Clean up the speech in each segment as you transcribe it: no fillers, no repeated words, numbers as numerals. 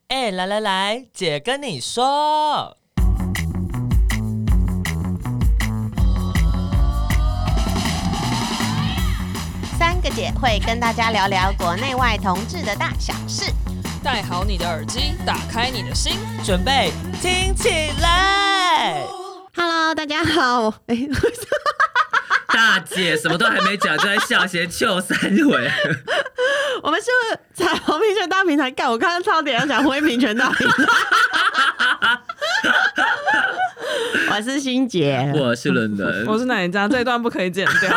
来，姐跟你说。 三个姐会跟大家聊聊国内外同志的大小事。 戴好你的耳机，打开你的心， 准备听起来。 Hello， 大家好。 大姐什么都还没讲就在笑，先糗3回。 我们是彩虹平权大平台，干我刚刚差点要讲灰平权大平台。我是欣姐， 我是伦伦， 我是哪一家？这一段不可以剪掉。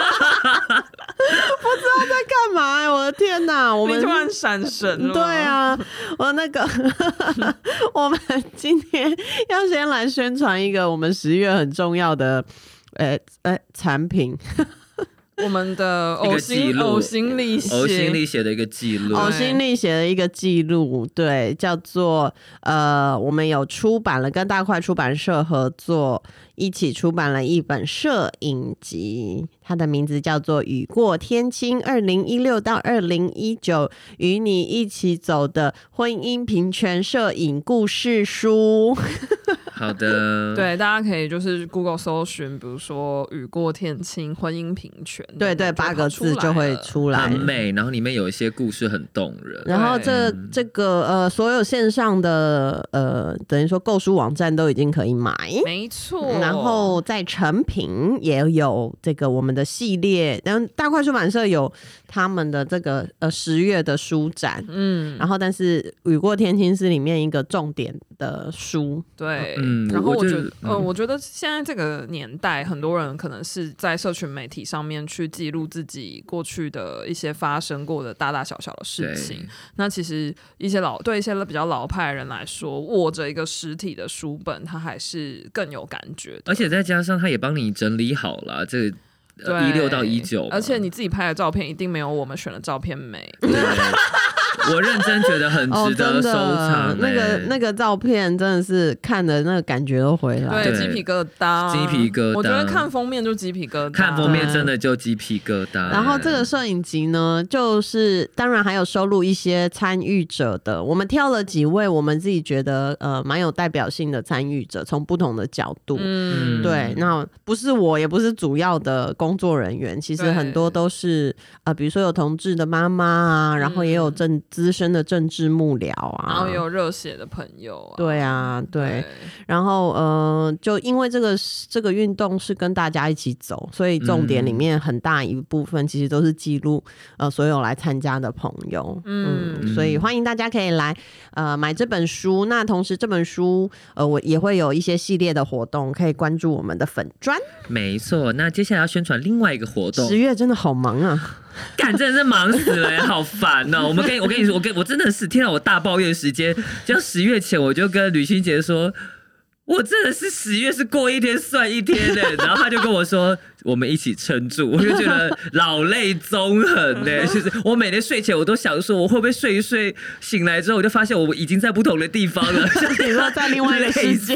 不知道在干嘛我的天哪！我们你突然闪神了。 对啊，我我们今天要先来宣传一个我们10月很重要的产品。 我们的呕心沥血的一个记录， 呕心沥血的一个记录，对，叫做我们有出版了，跟大块出版社合作，一起出版了一本摄影集，它的名字叫做《雨过天晴2016到2019与你一起走的婚姻平权摄影故事书》。 好的， 对，大家可以就是 Google 搜寻，比如说雨过天晴婚姻平权， 对8个字就会出来， 很美，然后里面有一些故事很动人。 然后这个所有线上的等于说购书网站都已经可以买， 没错。 然后在成品也有这个我们的系列，然后大块出版社有他们的这个10月的书展，然后但是雨过天晴是里面一个重点的书， 对。然后我觉得现在这个年代，很多人可能是在社群媒体上面去记录自己过去的一些发生过的大大小小的事情。那其实对一些比较老派的人来说，握着一个实体的书本，它还是更有感觉的。 而且再加上他也帮你整理好了这16到19， 而且你自己拍的照片一定没有我们选的照片美。 我认真觉得很值得收藏， 那个照片真的是看的那个感觉都回来， 对，鸡皮疙瘩。我觉得看封面就鸡皮疙瘩， 看封面真的就鸡皮疙瘩。 然后这个摄影集呢，就是当然还有收录一些参与者的，我们挑了几位我们自己觉得蛮有代表性的参与者，从不同的角度，对，那不是我，也不是主要的工作人员，其实很多都是比如说有同志的妈妈啊，然后也有资深的政治幕僚啊， 然后也有热血的朋友啊， 对啊，对，然后就因为这个运动是跟大家一起走，所以重点里面很大一部分其实都是记录所有来参加的朋友，所以欢迎大家可以来买这本书。那同时这本书我也会有一些系列的活动，可以关注我们的粉专。没错，那接下来要宣传另外一个活动。 10月真的好忙啊。 干，真的是忙死了，好烦哦！我跟你说，我真的是听到我大抱怨时间，就10月前我就跟吕欣杰说，我真的是10月是过一天算一天的，然后他就跟我说，我们一起撑住，我就觉得老泪纵横的，就是我每天睡前我都想说，我会不会睡一睡醒来之后，我就发现我已经在不同的地方了， 你说在另外一个世界，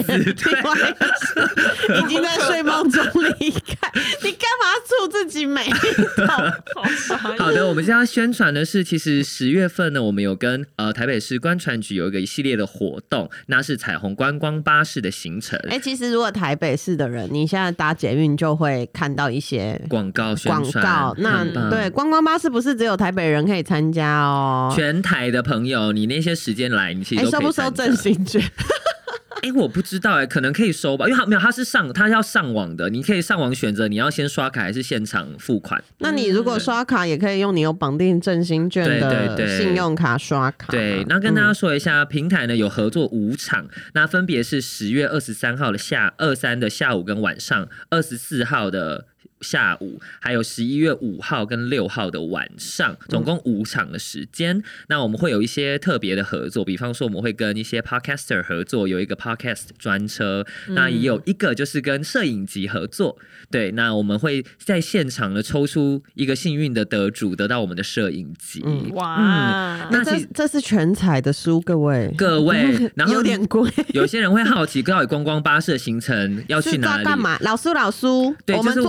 已经在睡梦中离开，你干嘛触自己美丽？ 好的，我们现在要宣传的是，其实10月份呢，我们有跟台北市观传局有一个系列的活动，那是彩虹观光巴士的行程。 其实如果台北市的人，你现在搭捷运就会看到一些广告宣传， 那对观光巴士不是只有台北人可以参加哦， 全台的朋友，你那些时间来，你其实都可以参加。 收不收振兴券？ 我不知道可能可以收吧，因为他要上网的，你可以上网选择你要先刷卡还是现场付款。 那你如果刷卡也可以用你有绑定振兴券的信用卡刷卡。 对，那跟大家说一下，平台呢有合作5场，那分别是10月23号的23的下午跟晚上，24号的下午，还有11月5号跟6号的晚上，总共5场的时间。那我们会有一些特别的合作，比方说我们会跟一些 podcaster 合作，有一个 podcast 专车，那也有一个就是跟摄影集合作。对，那我们会在现场呢抽出一个幸运的得主，得到我们的摄影集。 哇，那这是全彩的书，各位， 然后有点贵。 有些人会好奇，到底观光巴士的行程要去哪里？ 干嘛？老苏，我们坐巴士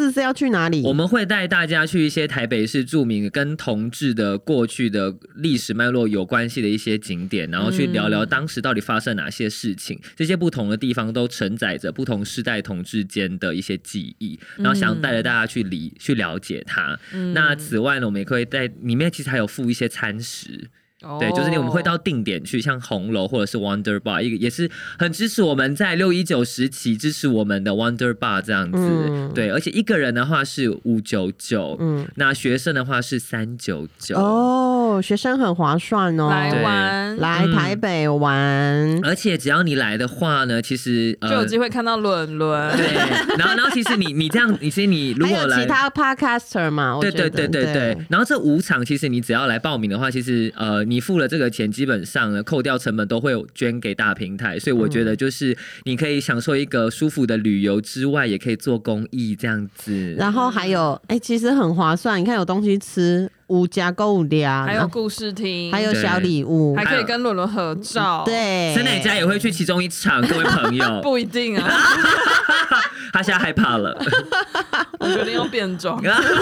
次是要去哪里？ 我们会带大家去一些台北市著名跟同志的过去的历史脉络有关系的一些景点，然后去聊聊当时到底发生哪些事情。这些不同的地方都承载着不同世代同志间的一些记忆，然后想带着大家去了解它。那此外呢，我们也可以在里面其实还有附一些餐食。对，就是我们会到定点去，像红楼或者是 Wonder Bar， 也是很支持我们在619时期支持我们的 Wonder Bar 这样子。对，而且一个人的话是599，那学生的话是399。 哦，学生很划算哦， 来玩， 来台北玩， 而且只要你来的话呢，其实就有机会看到伦伦。 对，然后其实你这样，其实你如果来还有其他 podcaster 嘛， 对，然后这5场其实你只要来报名的话，其实你付了这个钱，基本上呢扣掉成本都会捐给大平台，所以我觉得就是你可以享受一个舒服的旅游之外，也可以做公益这样子。 然后还有其实很划算，你看有东西吃，5家购物店， 还有故事厅， 还有小礼物， 还可以跟伦伦合照。 对， 森奶家也会去其中一场，各位朋友。 不一定啊， 他现在害怕了， 我决定要变装。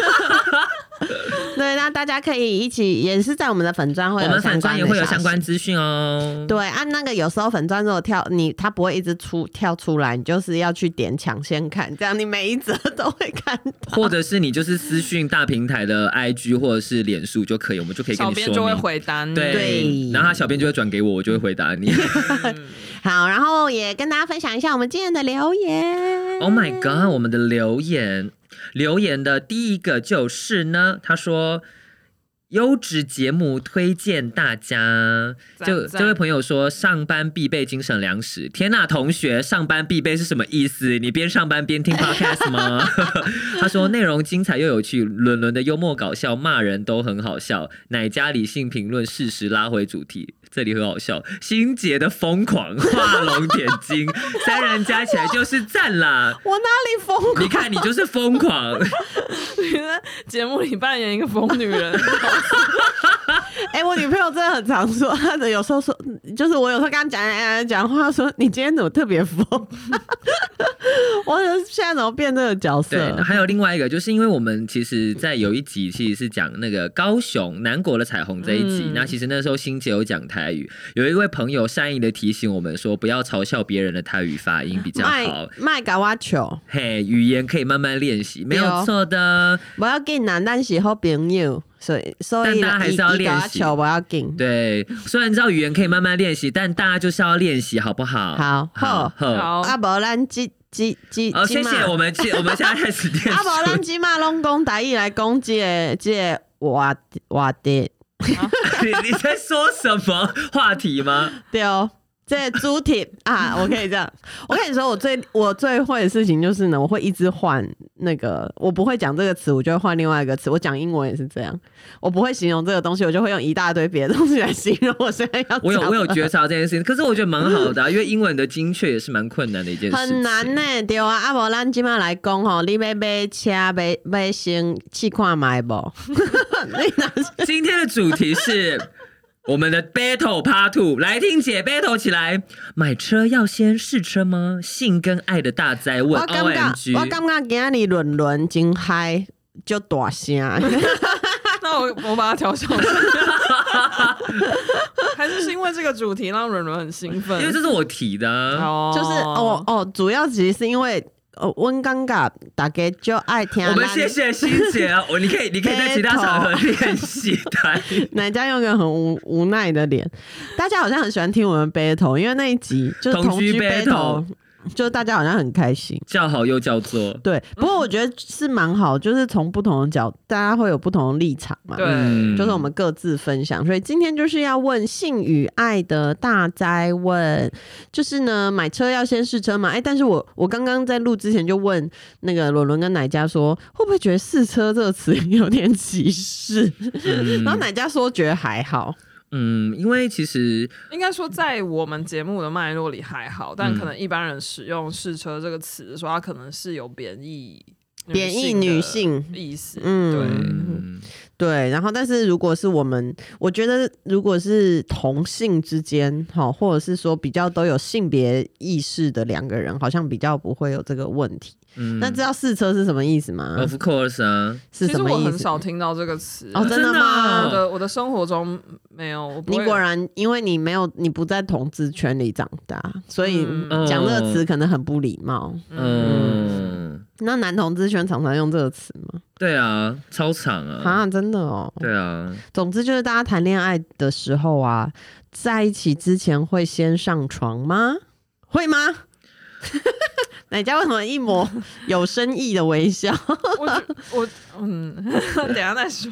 对，那大家可以一起，也是在我们的粉专会有相关的， 我们粉专也会有相关资讯哦。 对，那个有时候粉专如果它不会一直跳出来，你就是要去点抢先看，这样你每一则都会看到。 或者是你就是私讯大平台的 IG 或者是脸书就可以，我们就可以跟你说明， 小编就会回答你。 对， 然后他小编就会转给我，我就会回答你。 好，然后也跟大家分享一下我们今天的留言。 Oh my god， 我们的留言的第一个就是呢，他说优质节目推荐大家。这位朋友说上班必备精神粮食。天哪，同学，上班必备是什么意思？你边上班边听 podcast 吗？他说内容精彩又有趣，伦伦的幽默搞笑，骂人都很好笑，乃家理性评论，适时拉回主题。这里很好笑，心杰的疯狂画龙点睛，3人加起来就是赞啦！ 我哪里疯狂？ 你看你就是疯狂。 你在节目里扮演一个疯女人。 我女朋友真的很常说，她有时候说，就是我有时候跟她讲话，说你今天怎么特别疯？我现在怎么变这个角色？ 对，还有另外一个，就是因为我们其实，在有一集其实是讲那个高雄南国的彩虹这一集，那其实那时候欣姐有讲台语，有一位朋友善意的提醒我们说，不要嘲笑别人的台语发音比较好， 卖搞我球， 嘿，语言可以慢慢练习，没有错的。 不要紧啦，咱是好朋友。所以大家还是要练习， 不要紧。 对，虽然知道语言可以慢慢练习，但大家就是要练习，好不好？ 好。啊，无咱谢谢我们现在开始练。 啊，无咱即马拢讲台语来讲这个话题。 你在说什么话题吗？ 对哦。这主题啊，我可以这样。我跟你说，我最会的事情就是呢，我会一直换那个，我不会讲这个词，我就会换另外一个词。我讲英文也是这样，我不会形容这个东西，我就会用一大堆别的东西来形容我现在要讲的。 我有觉察这件事情，可是我觉得蛮好的因为英文的精确也是蛮困难的一件事情。 很难呢，对啊。啊，无咱今晚来讲吼，你要买车，要先试看买不？ 今天的主题是。我们的 Battle Part 2， 来听姐 Battle 起来。买车要先试车吗？性跟爱的大哉问。 我感觉今日伦伦真嗨，就大声。 那我把它调小声。还是因为这个主题让伦伦很兴奋？ 因为这是我提的， 就是主要其实是因为。我感觉大家就爱听。 我们谢谢欣姐啊！你可以在其他场合练习台。 哪家用个很无奈的脸？大家好像很喜欢听我们 battle， 因为那一集就是同居 battle。就大家好像很开心， 叫好又叫座。 对，不过我觉得是蛮好，就是从不同的角度，大家会有不同的立场嘛。 对， 就是我们各自分享。所以今天就是要问性与爱的大哉问，就是呢，买车要先试车嘛？但是我刚刚在录之前就问那个伦伦跟乃佳说，会不会觉得试车这个词有点歧视？然后乃佳说觉得还好。 因为其实应该说，在我们节目的脉络里还好，但可能一般人使用试车这个词的时候，它可能是有贬义女性意思。 对，然后但是如果是我觉得如果是同性之间，或者是说比较都有性别意识的两个人，好像比较不会有这个问题。那知道试车是什么意思吗？ Of course 啊， 是什么意思？ 其实我很少听到这个词。 哦，真的吗？ 我的生活中没有。 你果然，因为你不在同志圈里长大，所以讲这个词可能很不礼貌。那男同志圈常常用这个词吗？ 对啊，超长啊！ 真的哦。对啊。 总之就是大家谈恋爱的时候啊，在一起之前会先上床吗？会吗？哪家为什么一抹有深意的微笑？ 等一下再说。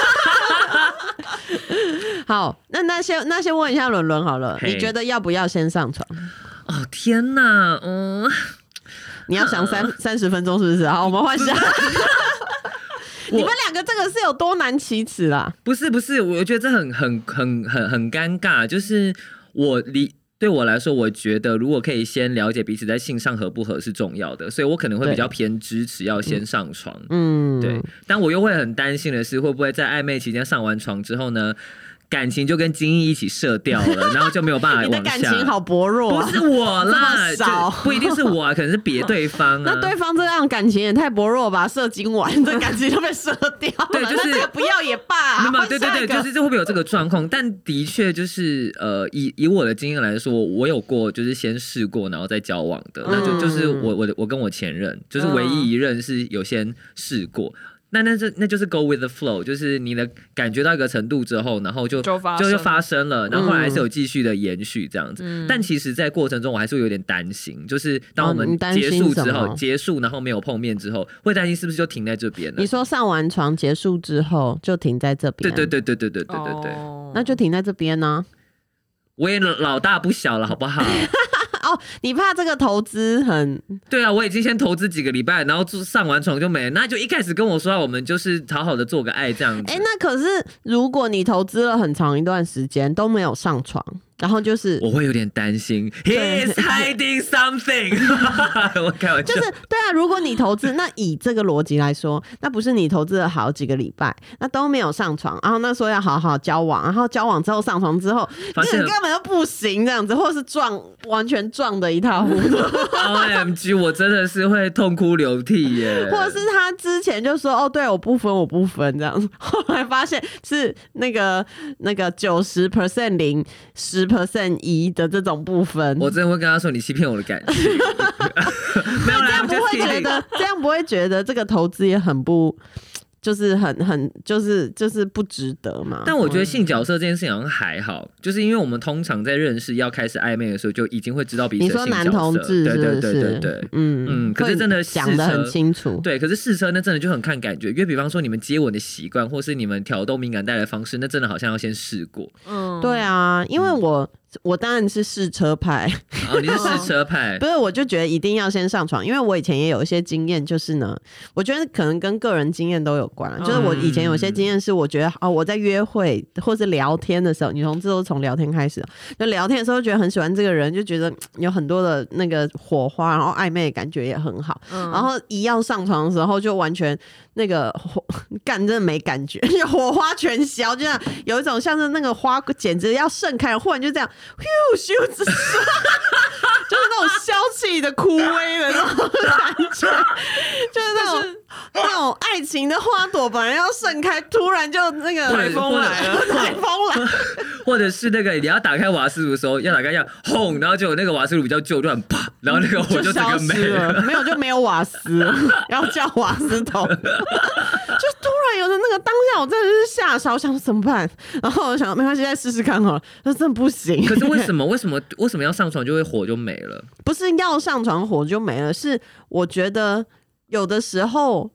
好，那先问一下伦伦好了，你觉得要不要先上床？ 哦天哪， 你要想30分钟是不是？好，我们换下。你们两个这个是有多难启齿啦？ 不是，我觉得这很尴尬，就是对我来说，我觉得如果可以先了解彼此在性上合不合是重要的，所以我可能会比较偏支持要先上床。对。但我又会很担心的是，会不会在暧昧期间上完床之后呢，感情就跟精液一起射掉了，然后就没有办法往下。 你的感情好薄弱啊！ 不是我啦， 这么少不一定是我啊，可能是别对方啊。 那对方这样感情也太薄弱吧？射精完，这感情就被射掉了。 对，就是那这个不要也罢啊。 对，就是这会不会有这个状况？但的确就是以我的经验来说，我有过就是先试过然后再交往的，那就是我跟我前任就是唯一一任是有先试过。那就是 go with the flow， 就是你的感觉到一个程度之后，然后就发生了，然后后来还是有继续的延续这样子。但其实，在过程中我还是会有点担心，就是当我们结束之后，然后没有碰面之后，会担心是不是就停在这边了？ 你说上完床结束之后就停在这边？ 对， 那就停在这边呢？ 我也老大不小了，好不好？ 哦，你怕这个投资很？ 对啊，我已经先投资几个礼拜，然后上完床就没了，那就一开始跟我说我们就是好好的做个爱这样子。 那可是如果你投资了很长一段时间都没有上床，然后就是我会有点担心 ，He is hiding something 。我开玩笑， 就是对啊，如果你投资，那以这个逻辑来说，那不是你投资了好几个礼拜，那都没有上床，然后那说要好好交往，然后交往之后上床之后，这根本就不行这样子，或是完全撞得一塌糊涂。 OMG， 我真的是会痛哭流涕耶。 或者是他之前就说对我不分这样子，后来发现是那个90% 零10% 一的这种部分， 我真的会跟他说你欺骗我的感情。没有啦， 这样不会觉得这个投资也很不。就是就是不值得嘛。 但我觉得性角色这件事情好像还好，就是因为我们通常在认识要开始暧昧的时候就已经会知道彼此的性角色。 你说男同志是不是？ 对，可是真的讲得很清楚。 对，可是试车那真的就很看感觉，因为比方说你们接吻的习惯，或是你们挑逗敏感带的方式，那真的好像要先试过。 对啊，因为我当然是试车派。 你是试车派？ 不是，我就觉得一定要先上床，因为我以前也有一些经验，就是呢，我觉得可能跟个人经验都有关。就是我以前有些经验是，我觉得我在约会或是聊天的时候，女同志都是从聊天开始，就聊天的时候觉得很喜欢这个人，就觉得有很多的那个火花，然后暧昧的感觉也很好。然后一要上床的时候，就完全那个真的没感觉，火花全消，就像有一种像是那个花简直要盛开，忽然就这样。就是那种消气的枯萎的那种感觉，就是那种爱情的花朵本来要盛开，突然就那个台风来了， 台风来， 或者是那个你要打开瓦斯炉的时候，要打开要轰，然后就有那个瓦斯炉比较旧，突然啪，然后那个火就整个没了， 没有就没有瓦斯，要叫瓦斯桶，就突然有的那个当下，我真的是吓傻，我想说怎么办？然后我想没关系，再试试看好了，那真的不行。 可是为什么要上床就会火就没了？ 不是要上床火就没了，是我觉得有的时候，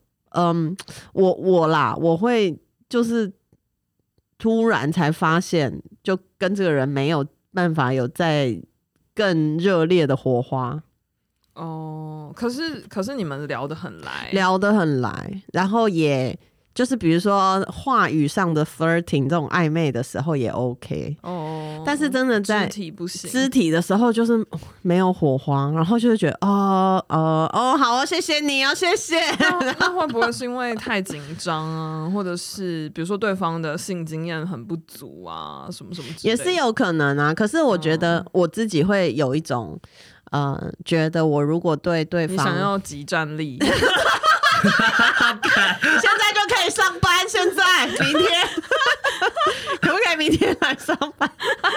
我会就是突然才发现，就跟这个人没有办法有再更热烈的火花。 可是你们聊得很来， 然后也就是比如说话语上的 flirting 这种暧昧的时候也 OK 但是真的在肢体不行， 肢体的时候就是没有火花，然后就会觉得好谢谢你谢谢。 那会不会是因为太紧张啊，或者是比如说对方的性经验很不足啊，什么什么之类的？ 也是有可能啊。可是我觉得我自己会有一种觉得我如果对对方你想要即战力。 现在就可以上班，现在明天可不可以明天来上班？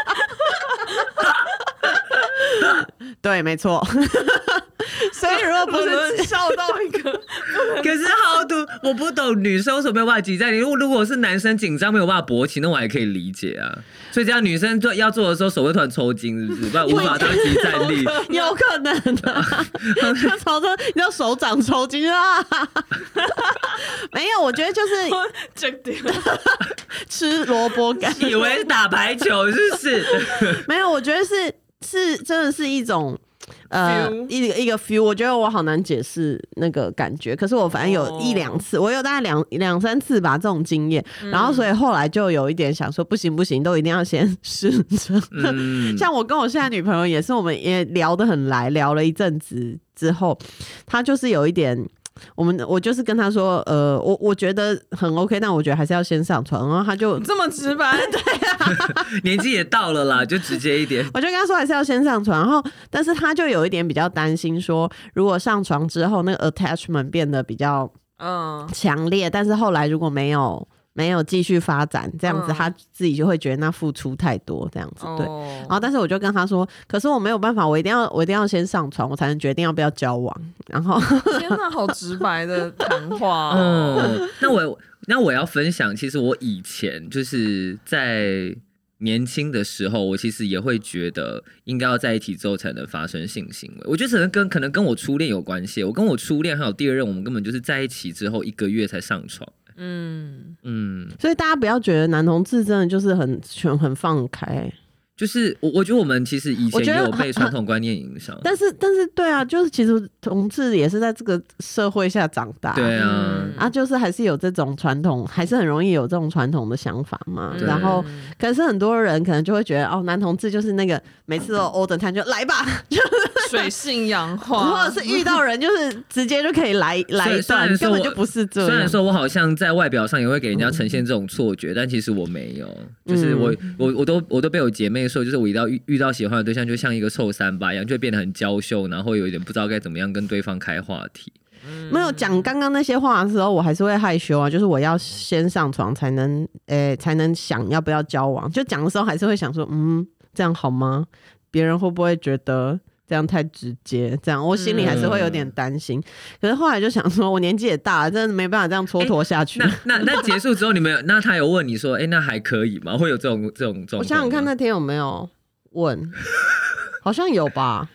对，没错。所以如果不是笑到一个， 可是好赌，我不懂女生为什么没有办法即战力。如果是男生紧张没有办法勃起，那我还可以理解啊。所以这样女生要做的时候手会突然抽筋，是不是？不然无法当即战力。 有可能的，就朝着你的手掌抽筋啊。没有，我觉得就是这点吃萝卜干， 以为是打排球，是不是？ 没有，我觉得是真的是一种。一个 feel， 我觉得我好难解释那个感觉，可是我反正有一两次，我有大概两三次吧这种经验，然后所以后来就有一点想说不行，都一定要先试着。像我跟我现在女朋友也是，我们也聊得很来，聊了一阵子之后，她就是有一点。我就是跟他说，我觉得很 OK， 但我觉得还是要先上床，然后他就这么直白， 对啊， 年纪也到了啦，就直接一点。 我就跟他说还是要先上床，然后但是他就有一点比较担心说，如果上床之后那个 attachment 变得比较强烈，但是后来如果没有继续发展，这样子他自己就会觉得那付出太多这样子，对。然后但是我就跟他说，可是我没有办法，我一定要先上床，我才能决定要不要交往。然后天哪，好直白的谈话那我要分享，其实我以前就是在年轻的时候，我其实也会觉得应该要在一起之后才能发生性行为。我觉得可能跟我初恋有关系。我跟我初恋还有第二任，我们根本就是在一起之后1个月才上床。 所以大家不要觉得男同志真的就是很放开。 就是我觉得我们其实以前也有被传统观念影响， 但是对啊，就是其实同志也是在这个社会下长大， 对啊， 就是还是有这种传统，还是很容易有这种传统的想法嘛。然后可是很多人可能就会觉得男同志就是那个每次都 order 他就来吧，就是水性杨花， 或者是遇到人就是直接就可以来一段，根本就不是这样。 虽然说我好像在外表上也会给人家呈现这种错觉，但其实我没有，就是我都被我姐妹说，就是我遇到喜欢的对象，就像一个臭三八一样，就会变得很娇羞，然后有一点不知道该怎么样跟对方开话题。 没有讲刚刚那些话的时候，我还是会害羞啊，就是我要先上床才能想要不要交往。就讲的时候还是会想说，这样好吗？别人会不会觉得这样太直接？这样我心里还是会有点担心。可是后来就想说，我年纪也大了，真的没办法这样蹉跎下去。 那结束之后，那他有问你说，那还可以吗？会有这种状况？ 我想想看那天有没有问，好像有吧。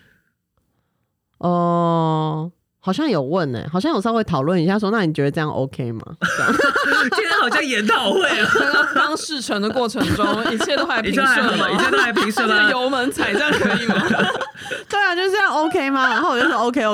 好像有问好像有稍微讨论一下说，那你觉得这样 OK 吗？ 今天好像研讨会啊。 刚试乘的过程中，一切都还平顺吗？ 一切都还平顺吗？ 油门踩这样可以吗？ 对啊，就这样 OK 吗？然后我就说 OK，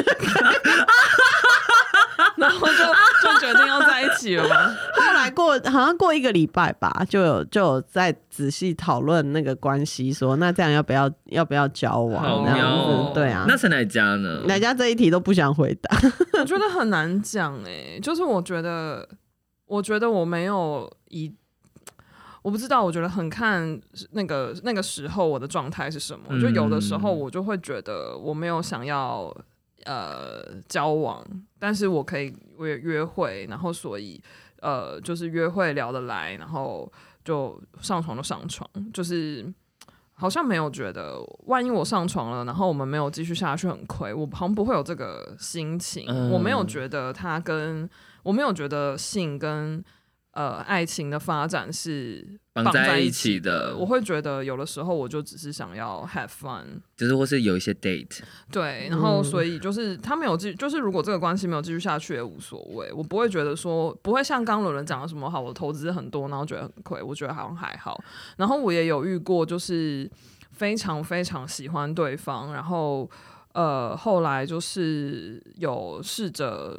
然后就决定要在一起了吗？ 后来好像过1个礼拜吧，就有再仔细讨论那个关系，说那这样要不要交往？这样子，对啊。 那陈乃佳呢？ 乃佳这一题都不想回答。 我觉得很难讲就是我觉得我没有我不知道，我觉得很看那个时候我的状态是什么。就有的时候我就会觉得我没有想要交往，但是我可以约会，然后所以就是约会聊得来，然后就上床，就是好像没有觉得万一我上床了，然后我们没有继续下去很亏，我好像不会有这个心情。我没有觉得我没有觉得性跟爱情的发展是绑在一起的。我会觉得有的时候我就只是想要 have fun， 就是或是有一些 date， 对，然后所以就是他没有就是如果这个关系没有继续下去也无所谓，我不会觉得说，不会像刚伦伦讲的什么好，我投资很多然后觉得很亏，我觉得好像还好。然后我也有遇过就是非常非常喜欢对方，然后后来就是有试着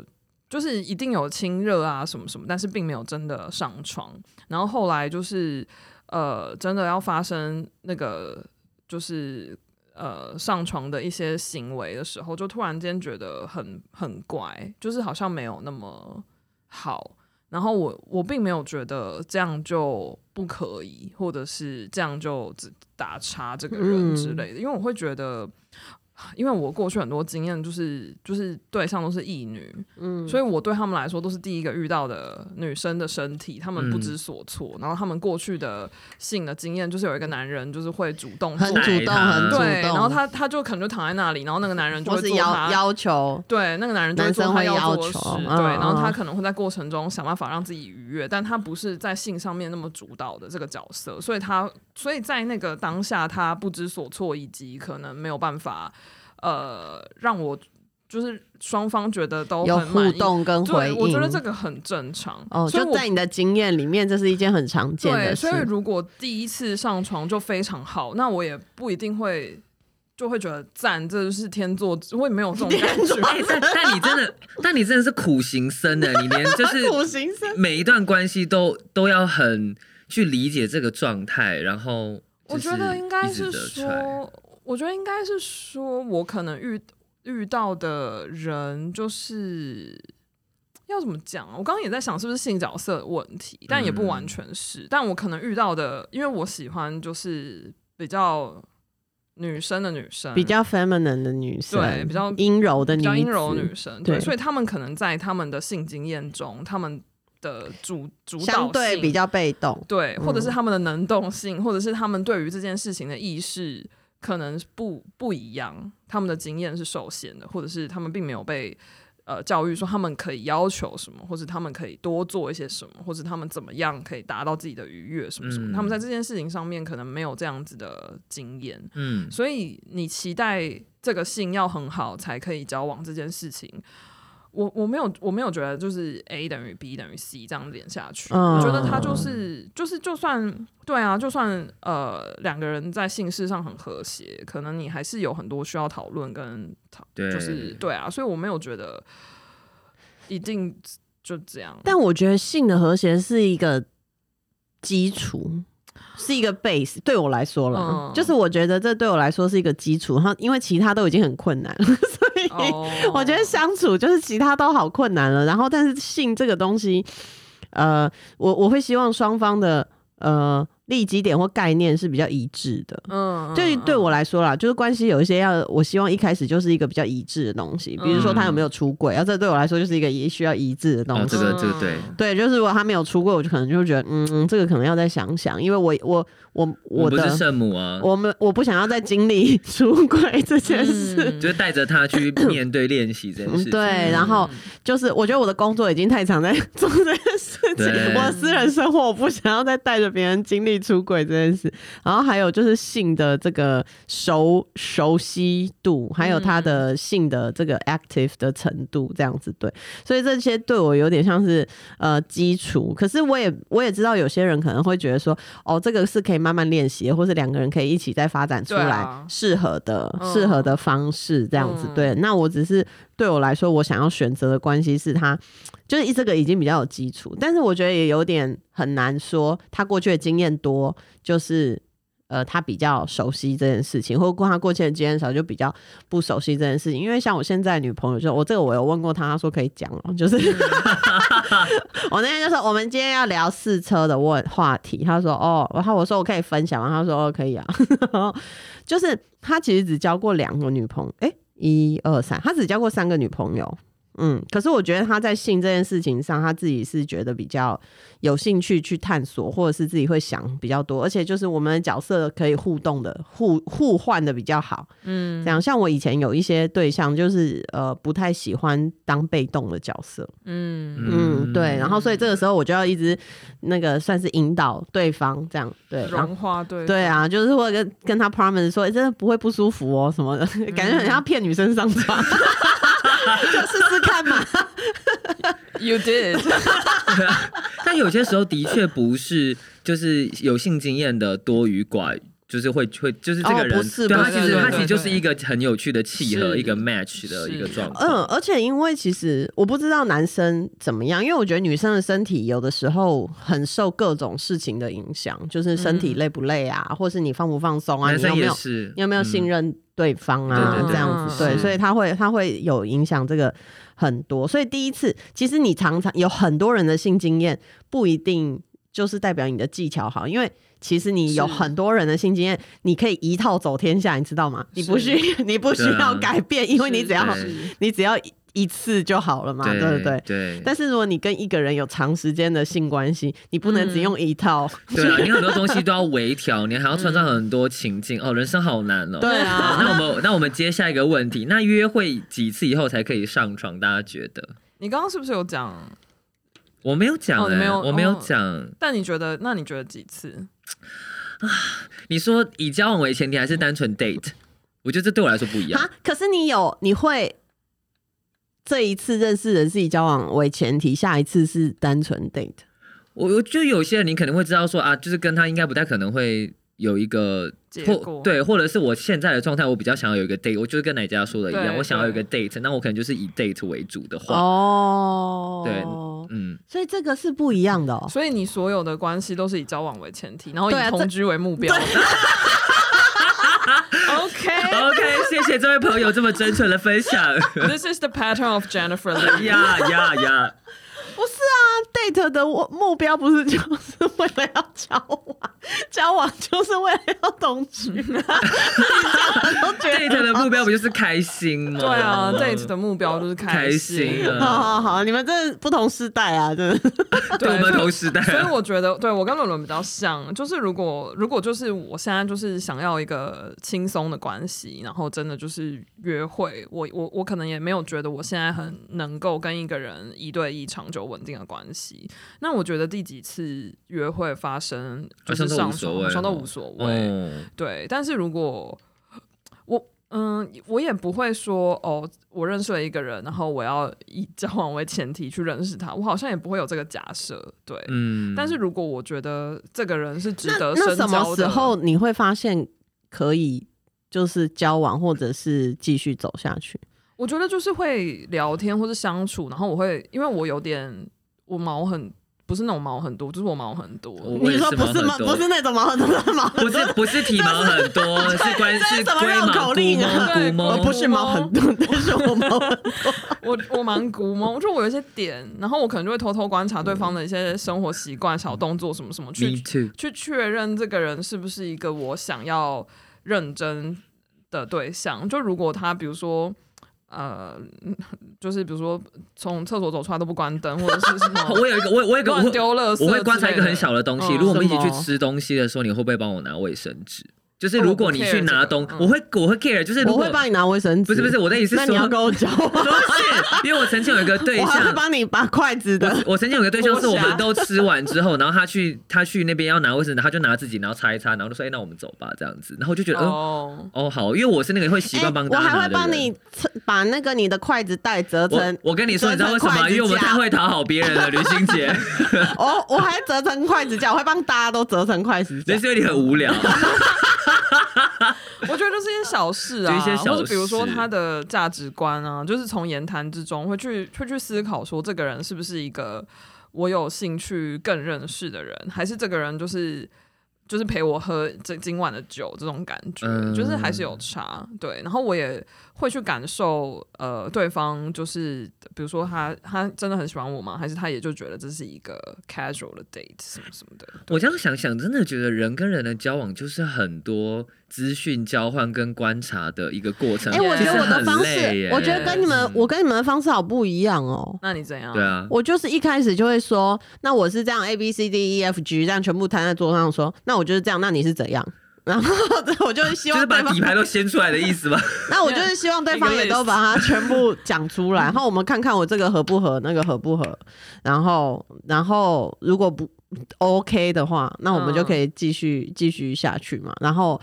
就是一定有亲热啊什么什么，但是并没有真的上床。然后后来就是真的要发生那个就是上床的一些行为的时候，就突然间觉得很怪，就是好像没有那么好。然后我并没有觉得这样就不可以，或者是这样就只打叉这个人之类的，因为我会觉得。因为我过去很多经验就是对象都是异女，所以我对他们来说都是第一个遇到的女生的身体，他们不知所措，然后他们过去的性的经验就是有一个男人就是会主动很主动，很主动， 对，然后他就可能就躺在那里，然后那个男人就会做他要求， 对，那个男人就会做他要做的事，对，然后他可能会在过程中想办法让自己愉悦，但他不是在性上面那么主导的这个角色，所以在那个当下他不知所措，以及可能没有办法。让我就是双方觉得都很有互动跟回应， 对，我觉得这个很正常。 所以就在你的经验里面，这是一件很常见的事。 对，所以如果第一次上床就非常好，那我也不一定会就会觉得赞，这就是天作之，我也没有这种感觉。 但你真的是苦行僧的，你连就是苦行僧， 每一段关系都要很去理解这个状态，然后我觉得应该是说。我觉得应该是说，我可能遇到的人就是要怎么讲？我刚刚也在想是不是性角色的问题，但也不完全是。但我可能遇到的，因为我喜欢就是比较女生的女生， 比较 feminine 的女生， 对，比较阴柔的女子， 比较阴柔的女生，对，所以他们可能在他们的性经验中，他们的主导性相对比较被动， 对，或者是他们的能动性，或者是他们对于这件事情的意识。可能不一样，他们的经验是受限的，或者是他们并没有被教育说他们可以要求什么，或者他们可以多做一些什么，或者他们怎么样可以达到自己的愉悦什么什么，他们在这件事情上面可能没有这样子的经验，所以你期待这个性要很好才可以交往这件事情。我没有觉得就是 A 等于 B 等于 C 这样连下去，我觉得他就算对啊，就算两个人在性事上很和谐，可能你还是有很多需要讨论跟就是对啊，所以我没有觉得一定就这样。 但我觉得性的和谐是一个基础。是一个 base， 对我来说了，就是我觉得这对我来说是一个基础，因为其他都已经很困难了，所以我觉得相处就是其他都好困难了，然后但是性这个东西，我会希望双方的立基点或概念是比较一致的，就对我来说啦，就是关系有一些我希望一开始就是一个比较一致的东西，比如说他有没有出柜，这对我来说就是一个也需要一致的东西。 这个对， 就是如果他没有出柜，我就可能就会觉得，这个可能要再想想，因为我不是圣母啊， 我不想要再经历出柜这件事， 就是带着他去面对练习这件事情。 对，然后就是我觉得我的工作已经太常在做这件事情，我的私人生活我不想要再带着别人经历出轨这件事，然后还有就是性的这个熟悉度，还有他的性的这个 active 的程度，这样子对，所以这些对我有点像是基础。可是我也知道有些人可能会觉得说，这个是可以慢慢练习，或是两个人可以一起再发展出来适合的方式，这样子对。那我只是对我来说，我想要选择的关系是他就是这个已经比较有基础，但是我觉得也有点很难说他过去的经验多，就是他比较熟悉这件事情，或者他过去的经验少就比较不熟悉这件事情。因为像我现在的女朋友就我有问过他说可以讲就是我那天就说我们今天要聊试车的话题，他说然后我说我可以分享吗？他说可以啊就是他其实只交过2个女朋友1、2、3，他只交过3个女朋友。可是我觉得他在性这件事情上，他自己是觉得比较有兴趣去探索，或者是自己会想比较多，而且就是我们的角色可以互动的互换的比较好。这样像我以前有一些对象，就是不太喜欢当被动的角色。对，然后所以这个时候我就要一直那个算是引导对方这样，对， 融化对方， 对啊，就是或者跟他 promise 说真的不会不舒服什么的，感觉很像骗女生上床。就试试看嘛 You did 对啊，但有些时候的确不是就是有性经验的多与寡就是会就是这个人，对他其实就是一个很有趣的契合，一个 match 的一个状况。 而且因为其实我不知道男生怎么样，因为我觉得女生的身体有的时候很受各种事情的影响，就是身体累不累啊，或是你放不放松啊， 男生也你有没有信任对方啊，这样子对，所以他会有影响这个很多。所以第一次，其实你常常有很多人的性经验不一定就是代表你的技巧好，因为其实你有很多人的性经验，你可以一套走天下，你知道吗？你不需要改变，因为你只要一次就好了嘛，对不对？ 对。 但是如果你跟一个人有长时间的性关系，你不能只用一套。 对啊，你很多东西都要微调，你还要创造很多情境。人生好难哦。 对啊。 那我们接下一个问题，那约会几次以后才可以上床？大家觉得？ 你刚刚是不是有讲？ 我没有讲，我没有讲。 但你觉得几次？ 啊， 你说以交往为前提还是单纯 date？ 我觉得这对我来说不一样。 可是你会这一次认识人是以交往为前提，下一次是单纯 date？ 我就有些人你可能会知道说啊，就是跟他应该不太可能会有一个对，或者是我现在的状态，我比较想要有一个 date， 我就是跟哪家说的一样，我想要有一个 date， 那我可能就是以 date 为主的话，对， 所以这个是不一样的所以你所有的关系都是以交往为前提，然后以同居为目标。 OK， 谢谢这位朋友这么真诚的分享。 This is the pattern of Jennifer Lee。 呀。 不是啊 ，date 的目标不是就是为了要交往就是为了要同居。 date 的目标不就是开心吗？ 对啊 ，date 的目标就是开心。 好，你们这不同世代啊，真的。 对，我们同时代。 所以我觉得，对我跟伦伦比较像，就是如果就是我现在就是想要一个轻松的关系，然后真的就是约会，我可能也没有觉得我现在很能够跟一个人一对一长久稳定的关系。那我觉得第几次约会发生就是上床好像都无所谓。对，但是如果我也不会说我认识了一个人，然后我要以交往为前提去认识他，我好像也不会有这个假设。对，但是如果我觉得这个人是值得深交的， 那什么时候你会发现可以就是交往或者是继续走下去？ 我觉得就是会聊天或是相处，然后因为我有点不是那种毛很多，就是我毛很多。 你说不是那种毛很多的毛很多， 不是体毛很多，是龟毛、骨毛。 不是毛很多，但是我毛很多。 我蛮骨毛，就我有一些点，然后我可能就会偷偷观察对方的一些生活习惯、小动作什么什么，去确认这个人是不是一个我想要认真的对象。就如果他比如说。就是比如说从厕所走出来都不关灯，或者是什么我有一个乱丢垃圾， 我会观察一个很小的东西。如果我们一起去吃东西的时候，你会不会帮我拿卫生纸？就是如果你去拿我会 care， 就是我会帮你拿卫生纸。 不是，我的意思是说， 那你要跟我讲，不是，因为我曾经有一个对象，我会帮你把筷子的。 我曾经有个对象是我们都吃完之后，然后他去那边要拿卫生纸，他就拿自己，然后擦一擦，然后就说那我们走吧这样子，然后就觉得好，因为我是那个会习惯帮大家拿的人。 我还会帮你把那个你的筷子带折成。 我跟你说，你知道为什么？因为我们太会讨好别人了，吕欣洁。 我还折成筷子架，我会帮大家都折成筷子架。 就是因为你很无聊。 我觉得就是一些小事啊，或者比如说他的价值观啊，就是从言谈之中会去思考说这个人是不是一个我有兴趣更认识的人，还是这个人就是陪我喝今晚的酒这种感觉，就是还是有差。对，然后我也会去感受对方，就是比如说他真的很喜欢我吗？还是他也就觉得这是一个 casual 的 date 什么什么的。 我这样想想，真的觉得人跟人的交往就是很多资讯交换跟观察的一个过程。 我觉得我的方式，我觉得我跟你们的方式好不一样哦。 那你怎样？ 对啊， 我就是一开始就会说，那我是这样 ABCDEFG 这样全部摊在桌上说，那我就是这样，那你是怎样？然后我就希望就是把底牌都掀出来的意思吧。 那我就是希望对方也都把它全部讲出来，然后我们看看我这个合不合，那个合不合，然后如果不 OK 的话，那我们就可以继续下去嘛。然后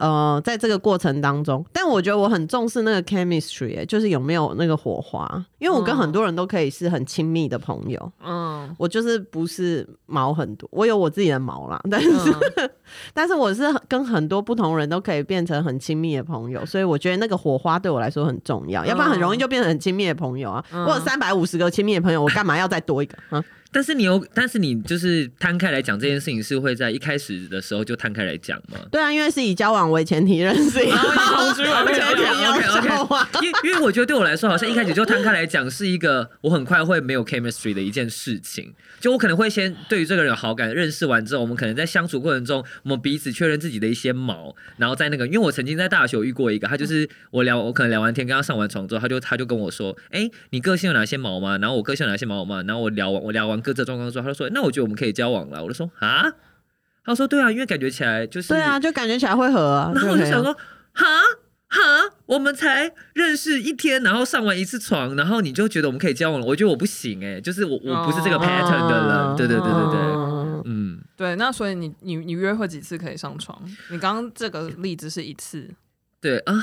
在这个过程当中，但我觉得我很重视那个 chemistry，就是有没有那个火花，因为我跟很多人都可以是很亲密的朋友，我就是不是毛很多，我有我自己的毛啦，但是我是跟很多不同人都可以变成很亲密的朋友，所以我觉得那个火花对我来说很重要，要不然很容易就变成很亲密的朋友啊。我有350个亲密的朋友，我干嘛要再多一个啊？ 但是你就是摊开来讲这件事情，是会在一开始的时候就摊开来讲吗？ 对啊，因为是以交往为前提认识，然后同居为前提要交往。 因为我觉得对我来说，好像一开始就摊开来讲是一个我很快会没有 chemistry 的一件事情。就我可能会先对于这个人有好感，认识完之后，我们可能在相处过程中，我们彼此确认自己的一些毛，然后在那个，因为我曾经在大学有遇过一个，他就是我可能聊完天跟他上完床之后，他就跟我说，你个性有哪些毛吗？然后我个性有哪些毛吗？然后我聊完各自状况之后，他就说，那我觉得我们可以交往了。我就说啊，他说对啊，因为感觉起来就是对啊，就感觉起来会合啊。 然后我就想说，我们才认识1天，然后上完1次床，然后你就觉得我们可以交往了？我觉得我不行就是我不是这个 pattern 的人。对， 对，那所以你约会几次可以上床？你刚刚这个例子是1次， 对啊，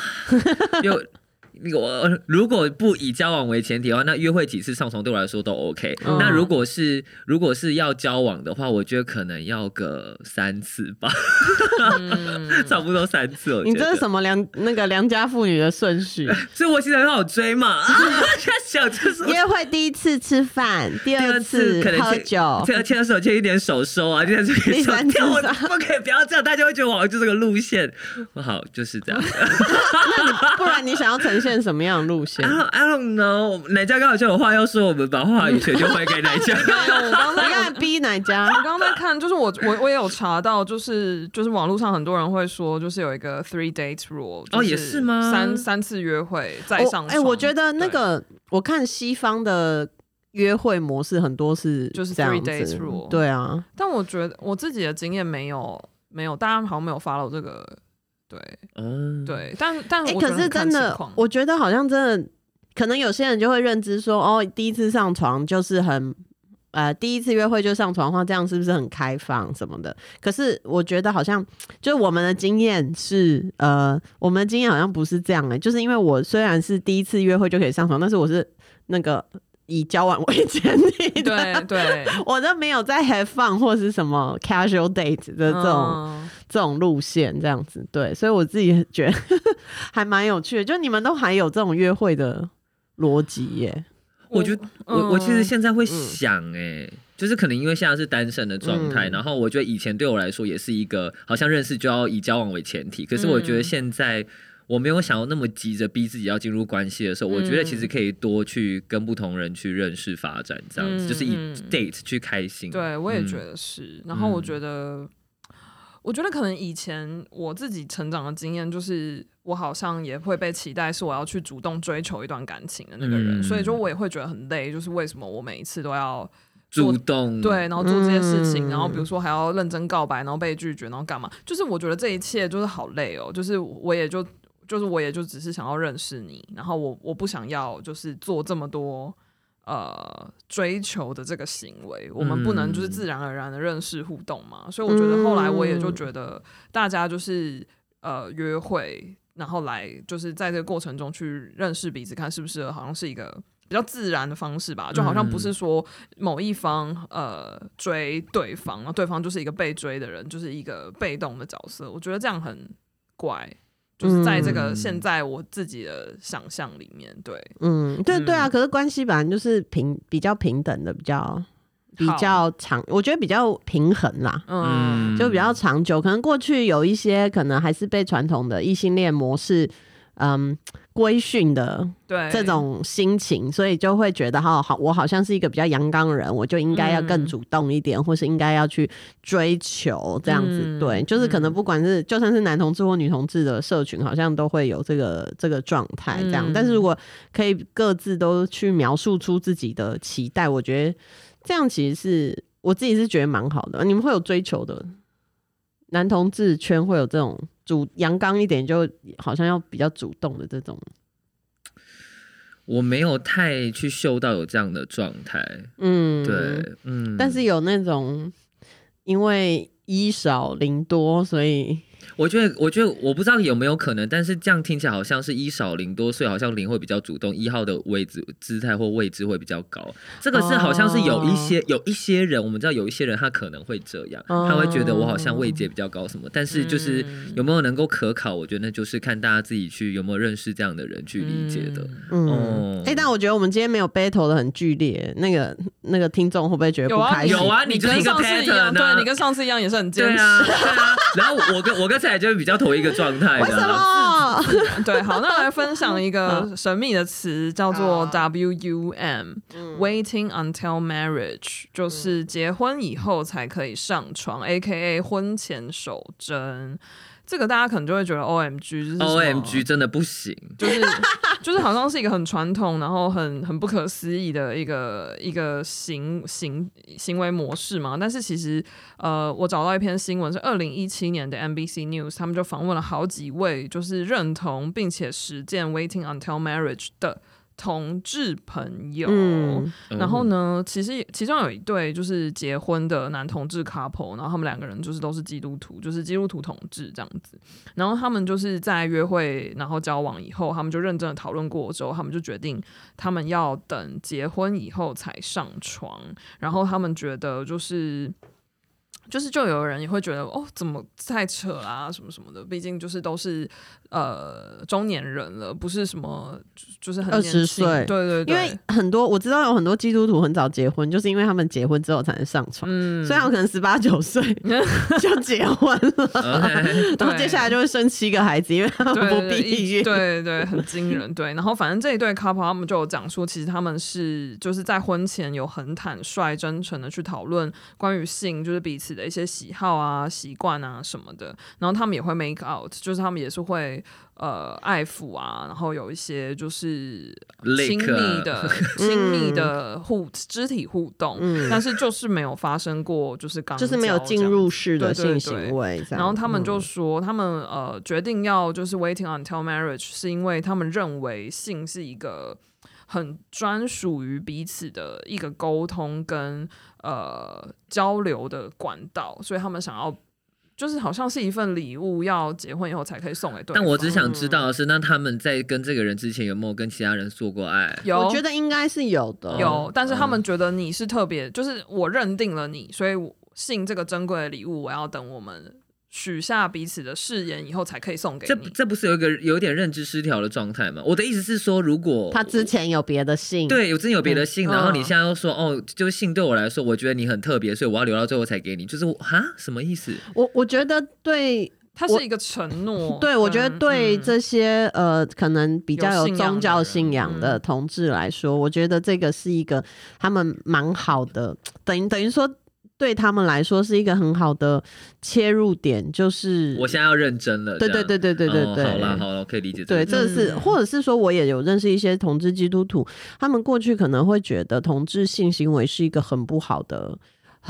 我如果不以交往为前提的话，那约会几次上床对我来说都 OK。那如果是要交往的话，我觉得可能要个3次吧，差不多3次。我觉得你这是什么良家妇女的顺序？ 所以我现在很好追嘛。想就是约会第1次吃饭，第2次可能喝酒， 牵手牵一点手收啊，第3次第3次我不可以不要这样，大家会觉得我就这个路线。好，就是这样。 不然你想要呈现什么样的路线 ？I don't know。哪家刚好就有话要说，我们把话语权就会给哪家。 我刚才逼哪家？ 我刚刚在看，就是我也有查到，就是网络上很多人会说，就是有一个 3 date rule。 也是吗 ？3次约会再上床。 我觉得那个我看西方的约会模式很多是就是这样子 3 date rule。 对啊， 但我觉得我自己的经验没有，大家好像没有 follow 这个。对，但可是真的，我觉得好像真的，可能有些人就会认知说，第1次上床就是很第1次约会就上床的话，这样是不是很开放什么的？可是我觉得好像，就是我们的经验是，我们的经验好像不是这样就是因为我虽然是第1次约会就可以上床，但是我是那个以交往为前提的， 对， 我都没有在 have fun 或是什么 casual date 的这种路线这样子，对，所以我自己觉得还蛮有趣的，就你们都还有这种约会的逻辑耶。 我觉得我其实现在会想就是可能因为现在是单身的状态，然后我觉得以前对我来说也是一个好像认识就要以交往为前提，可是我觉得现在我没有想要那么急着逼自己要进入关系的时候，我觉得其实可以多去跟不同人去认识发展，这样子就是以 date 去开心。 对，我也觉得是。然后我觉得可能以前我自己成长的经验就是，我好像也会被期待是我要去主动追求一段感情的那个人，所以就我也会觉得很累，就是为什么我每一次都要主动对，然后做这些事情，然后比如说还要认真告白，然后被拒绝，然后干嘛？就是我觉得这一切就是好累哦，就是我也就只是想要认识你，然后我不想要就是做这么多追求的这个行为，我们不能就是自然而然的认识互动嘛，所以我觉得后来我也就觉得大家就是约会，然后来就是在这个过程中去认识彼此，看适不适合，好像是一个比较自然的方式吧，就好像不是说某一方追对方，然后对方就是一个被追的人，就是一个被动的角色，我觉得这样很怪。就是在这个现在我自己的想象里面，对， 对啊，可是关系本来就是比较平等的，比较长，我觉得比较平衡啦，就比较长久。可能过去有一些可能还是被传统的异性恋模式规训的这种心情，所以就会觉得我好像是一个比较阳刚的人，我就应该要更主动一点，或是应该要去追求这样子。对，就是可能不管是就算是男同志或女同志的社群，好像都会有这个状态这样。但是如果可以各自都去描述出自己的期待，我觉得这样其实是我自己是觉得蛮好的。你们会有追求的男同志圈会有这种阳刚一点，就好像要比较主动的这种。 我没有太去嗅到有这样的状态，对， 但是有那种因为衣少零多，所以我觉得我不知道有没有可能，但是这样听起来好像是1少0多岁，好像0会比较主动，1号的位置姿态或位置会比较高。这个是好像是有一些人，我们知道有一些人他可能会这样，他会觉得我好像位阶比较高什么，但是就是有没有能够可考，我觉得那就是看大家自己去有没有认识这样的人去理解的。 但我觉得我们今天没有 battle 的很剧烈，那个听众会不会觉得不开心？ 有啊，你就是一个 pattern 对，你跟上次一样也是很坚持。 对啊。然后我跟彩就是比较同一个状态的。 为什么？ 对，好，那来分享一个神秘的词，叫做 WUM，Waiting until marriage， 就是结婚以后才可以上床 ，AKA 婚前手针。这个大家可能就会觉得 OMG， 就是 OMG 真的不行， 就是好像是一个很传统，然后很不可思议的一个行为模式嘛。但是其实我找到一篇新闻是2017年的 NBC News， 他们就访问了好几位就是认同并且实践 Waiting until marriage 的同志朋友，然后呢，其中有一对就是结婚的男同志 couple， 然后他们2个人就是都是基督徒，就是基督徒同志这样子。然后他们就是在约会，然后交往以后，他们就认真的讨论过之后，他们就决定他们要等结婚以后才上床。然后他们觉得就有人也会觉得怎么太扯啦什么什么的，毕竟就是都是中年人了，不是什么就是很年轻 20岁， 对， 因为我知道有很多基督徒很早结婚，就是因为他们结婚之后才能上床，所以他们可能18、19岁就结婚了，然后接下来就会生7个孩子，因为他们不避孕， 对，很惊人，对。然后反正这一对 couple 他们就有讲说，其实他们是就是在婚前有很坦率、真诚的去讨论关于性，就是彼此的一些喜好啊、习惯啊什么的，然后他们也会 make out， 就是他们也是会爱抚啊，然后有一些就是亲密的肢体互动，但是就是没有发生过就是肛交， 就是没有进入式的性行为。 然后他们就说，他们决定要就是 waiting until marriage， 是因为他们认为性是一个很专属于彼此的一个沟通跟交流的管道，所以他们想要就是好像是一份礼物，要结婚以后才可以送给对方。 但我只想知道的是，那他们在跟这个人之前有没有跟其他人做过爱？ 我觉得应该是有的， 有，但是他们觉得你是特别，就是我认定了你，所以性这个珍贵的礼物，我要等我们许下彼此的誓言以后才可以送给你。 这不是有一点认知失调的状态吗？我的意思是说，如果他之前有别的性， 对，真有别的性，然后你现在又说就是性对我来说，我觉得你很特别，所以我要留到最后才给你，就是什么意思？ 我觉得对。 它是一个承诺， 对，我觉得对这些可能比较有宗教信仰的同志来说，我觉得这个是一个他们蛮好的，等于说对他们来说是一个很好的切入点，就是我现在要认真了。对，好了，可以理解。 对，这是或者是说，我也有认识一些同志基督徒，他们过去可能会觉得同志性行为是一个很不好的，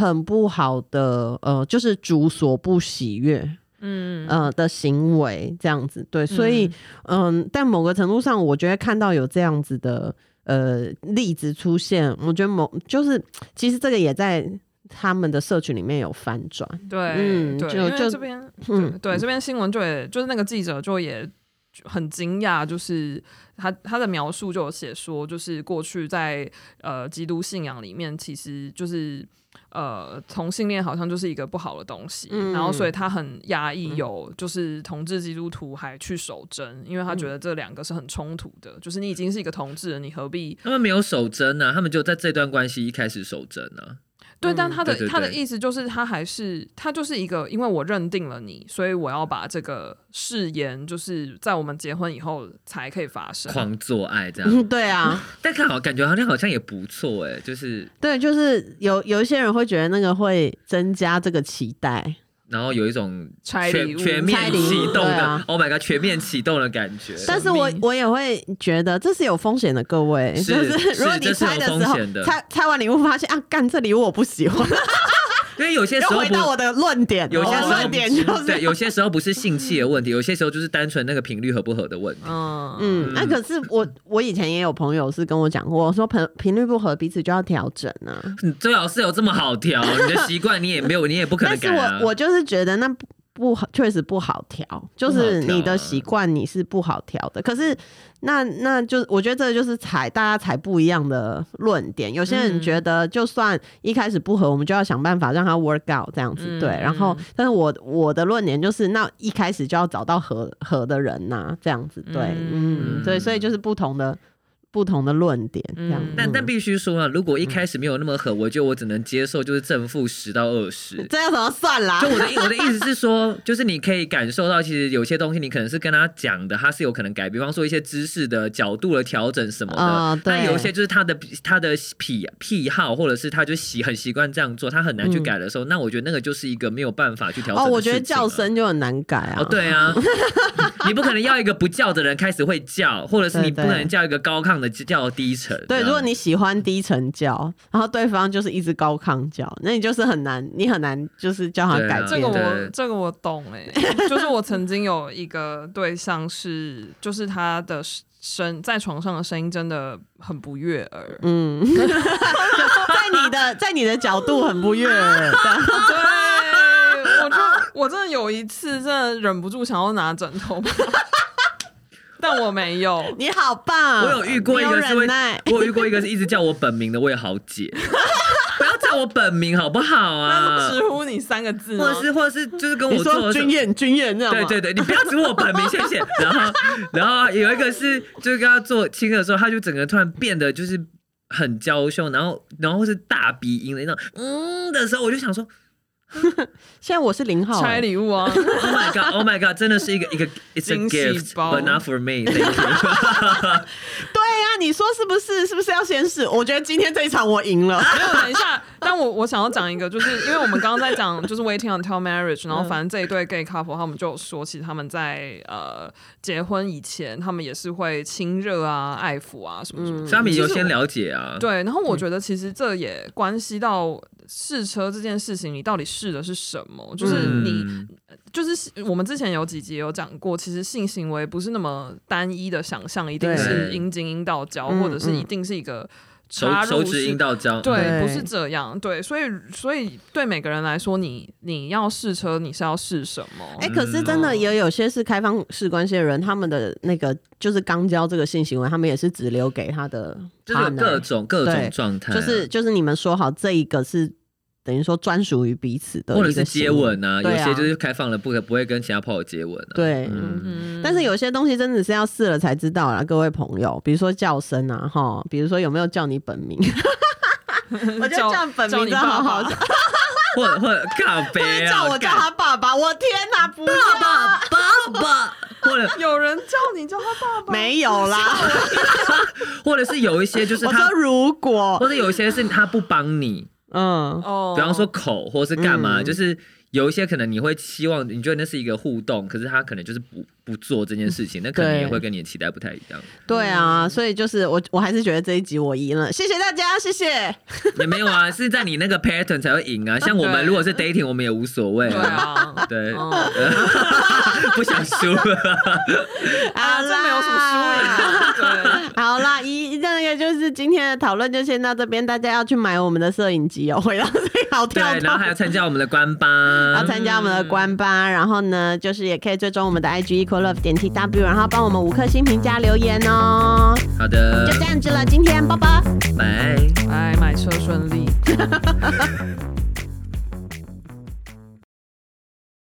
就是主所不喜悦。的行为这样子，对，所以但某个程度上，我觉得看到有这样子的例子出现，我觉得就是其实这个也在他们的社群里面有翻转， 对，对，因为这边对这边新闻就是那个记者就也很惊讶，就是他的描述就有写说，就是过去在基督信仰里面，其实就是同性恋好像就是一个不好的东西，然后所以他很压抑有就是同志基督徒还去守贞，因为他觉得这2个是很冲突的，就是你已经是一个同志了，你何必？ 他们没有守贞啊，他们就在这段关系一开始守贞啊。 对，但他的意思就是他就是一个，因为我认定了你，所以我要把这个誓言，就是在我们结婚以后才可以发生， 狂做爱这样。 对啊， 但感觉好像也不错哎，就是对，就是有一些人会觉得那个会增加这个期待。 然后有一种全面启动的 ，Oh my god， 全面启动的感觉。 但是我也会觉得这是有风险的，各位，就是如果你拆的时候，拆完礼物发现干这礼物我不喜欢。 因为有些时候回到我的论点， 有些时候论点就是对，有些时候不是性器的问题，有些时候就是单纯那个频率合不合的问题。 那可是我以前也有朋友是跟我讲过，我说频率不合，彼此就要调整啊。 最好是有这么好调，你的习惯你也不可能改啊。 但是我就是觉得那确实不好调，就是你的习惯你是不好调的。可是那就我觉得这就是大家踩不一样的论点。有些人觉得就算一开始不合，我们就要想办法让它 work out 这样子，对。然后，但是我的论点就是，那一开始就要找到合的人呐，这样子，对，所以就是不同的论点这样。 但必须说啊，如果一开始没有那么合，我觉得我只能接受就是正负10到20， 这要怎么算啦？ 就我的意思是说，就是你可以感受到，其实有些东西你可能是跟他讲的，他是有可能改，比方说一些知识的角度的调整什么的。但有一些就是他的癖好，或者是他就很习惯这样做，他很难去改的时候，那我觉得那个就是一个没有办法去调整的事情。 我觉得叫声就很难改啊。 对啊，你不可能要一个不叫的人开始会叫，或者是你不可能叫一个高亢的叫低沉。 对，如果你喜欢低沉叫，然后对方就是一直高亢叫，那你就是很难就是叫他改变。 这个我懂就是我曾经有一个对象就是他的在床上的声音真的很不悦耳。 在你的角度很不悦耳。 对，我真的有一次真的忍不住想要拿枕头但我没有。 你好棒！ 我有遇过一个是一直叫我本名的，我也好解。不要叫我本名好不好啊？ 那直呼你3个字吗？ 或者是就是跟我说你说君燕这样吗？ 对，你不要直呼我本名，谢谢。然后有一个是就是跟他做亲的时候，他就整个突然变得就是很娇羞，然后是大鼻音的那种的时候，我就想说。 现在我是0号拆礼物啊 ！Oh my god！ 真的是一个 it's a gift but not for me。Thank you 。 对呀，你说是不是？是不是要先试？我觉得今天这一场我赢了。 没有，等一下，但我想要讲一个，就是因为我们刚刚在讲就是 waiting until marriage， 然后反正这一对 gay couple 他们就有说，其实他们在结婚以前，他们也是会亲热啊、爱抚啊什么什么， 所以他们有先了解啊。 对，然后我觉得其实这也关系到试车这件事情，你到底试的是什么？就是就是我们之前有几集有讲过，其实性行为不是那么单一的想象，一定是阴茎阴道交，或者是一定是一个手指阴道交， 对，不是这样，对，所以对每个人来说，你要试车，你是要试什么？ 可是真的也有些是开放式关系的人，他们的那个就是肛交这个性行为，他们也是只留给他的， 就是有各种状态， 就是你们说好这一个是。等于说专属于彼此的， 或者是接吻啊，有些就是开放了，不会跟其他炮友接吻啊。 对，但是有些东西真的是要试了才知道啦，各位朋友，比如说叫声啊，哈，比如说有没有叫你本名，我觉得叫本名真的好好笑， 或者靠北啊， 我叫他爸爸，我天哪，不要爸爸，或者有人叫你叫他爸爸， 没有啦， 或者是有一些就是我说如果， 或者有一些是他不帮你。比方说口或是干嘛，就是有一些可能你会期望，你觉得那是一个互动，可是他可能就是不做这件事情，那可能也会跟你的期待不太一样。 对啊，所以就是我还是觉得这一集我赢了，谢谢大家，谢谢。 也没有啊，是在你那个 pattern 才会赢啊。像我们如果是 dating， 我们也无所谓啊。对，不想输了啊，这没有什么输赢。 对，好啦，那个就是今天的讨论就先到这边，大家要去买我们的摄影机哦，回到最好跳动。 对，然后还要参加我们的官吧， 要参加我们的官吧，然后呢，就是也可以追踪我们的 IG equallove.tw， 然后帮我们5颗星评价留言哦。 好的， 就这样子了，今天拜拜， 拜， 买车顺利。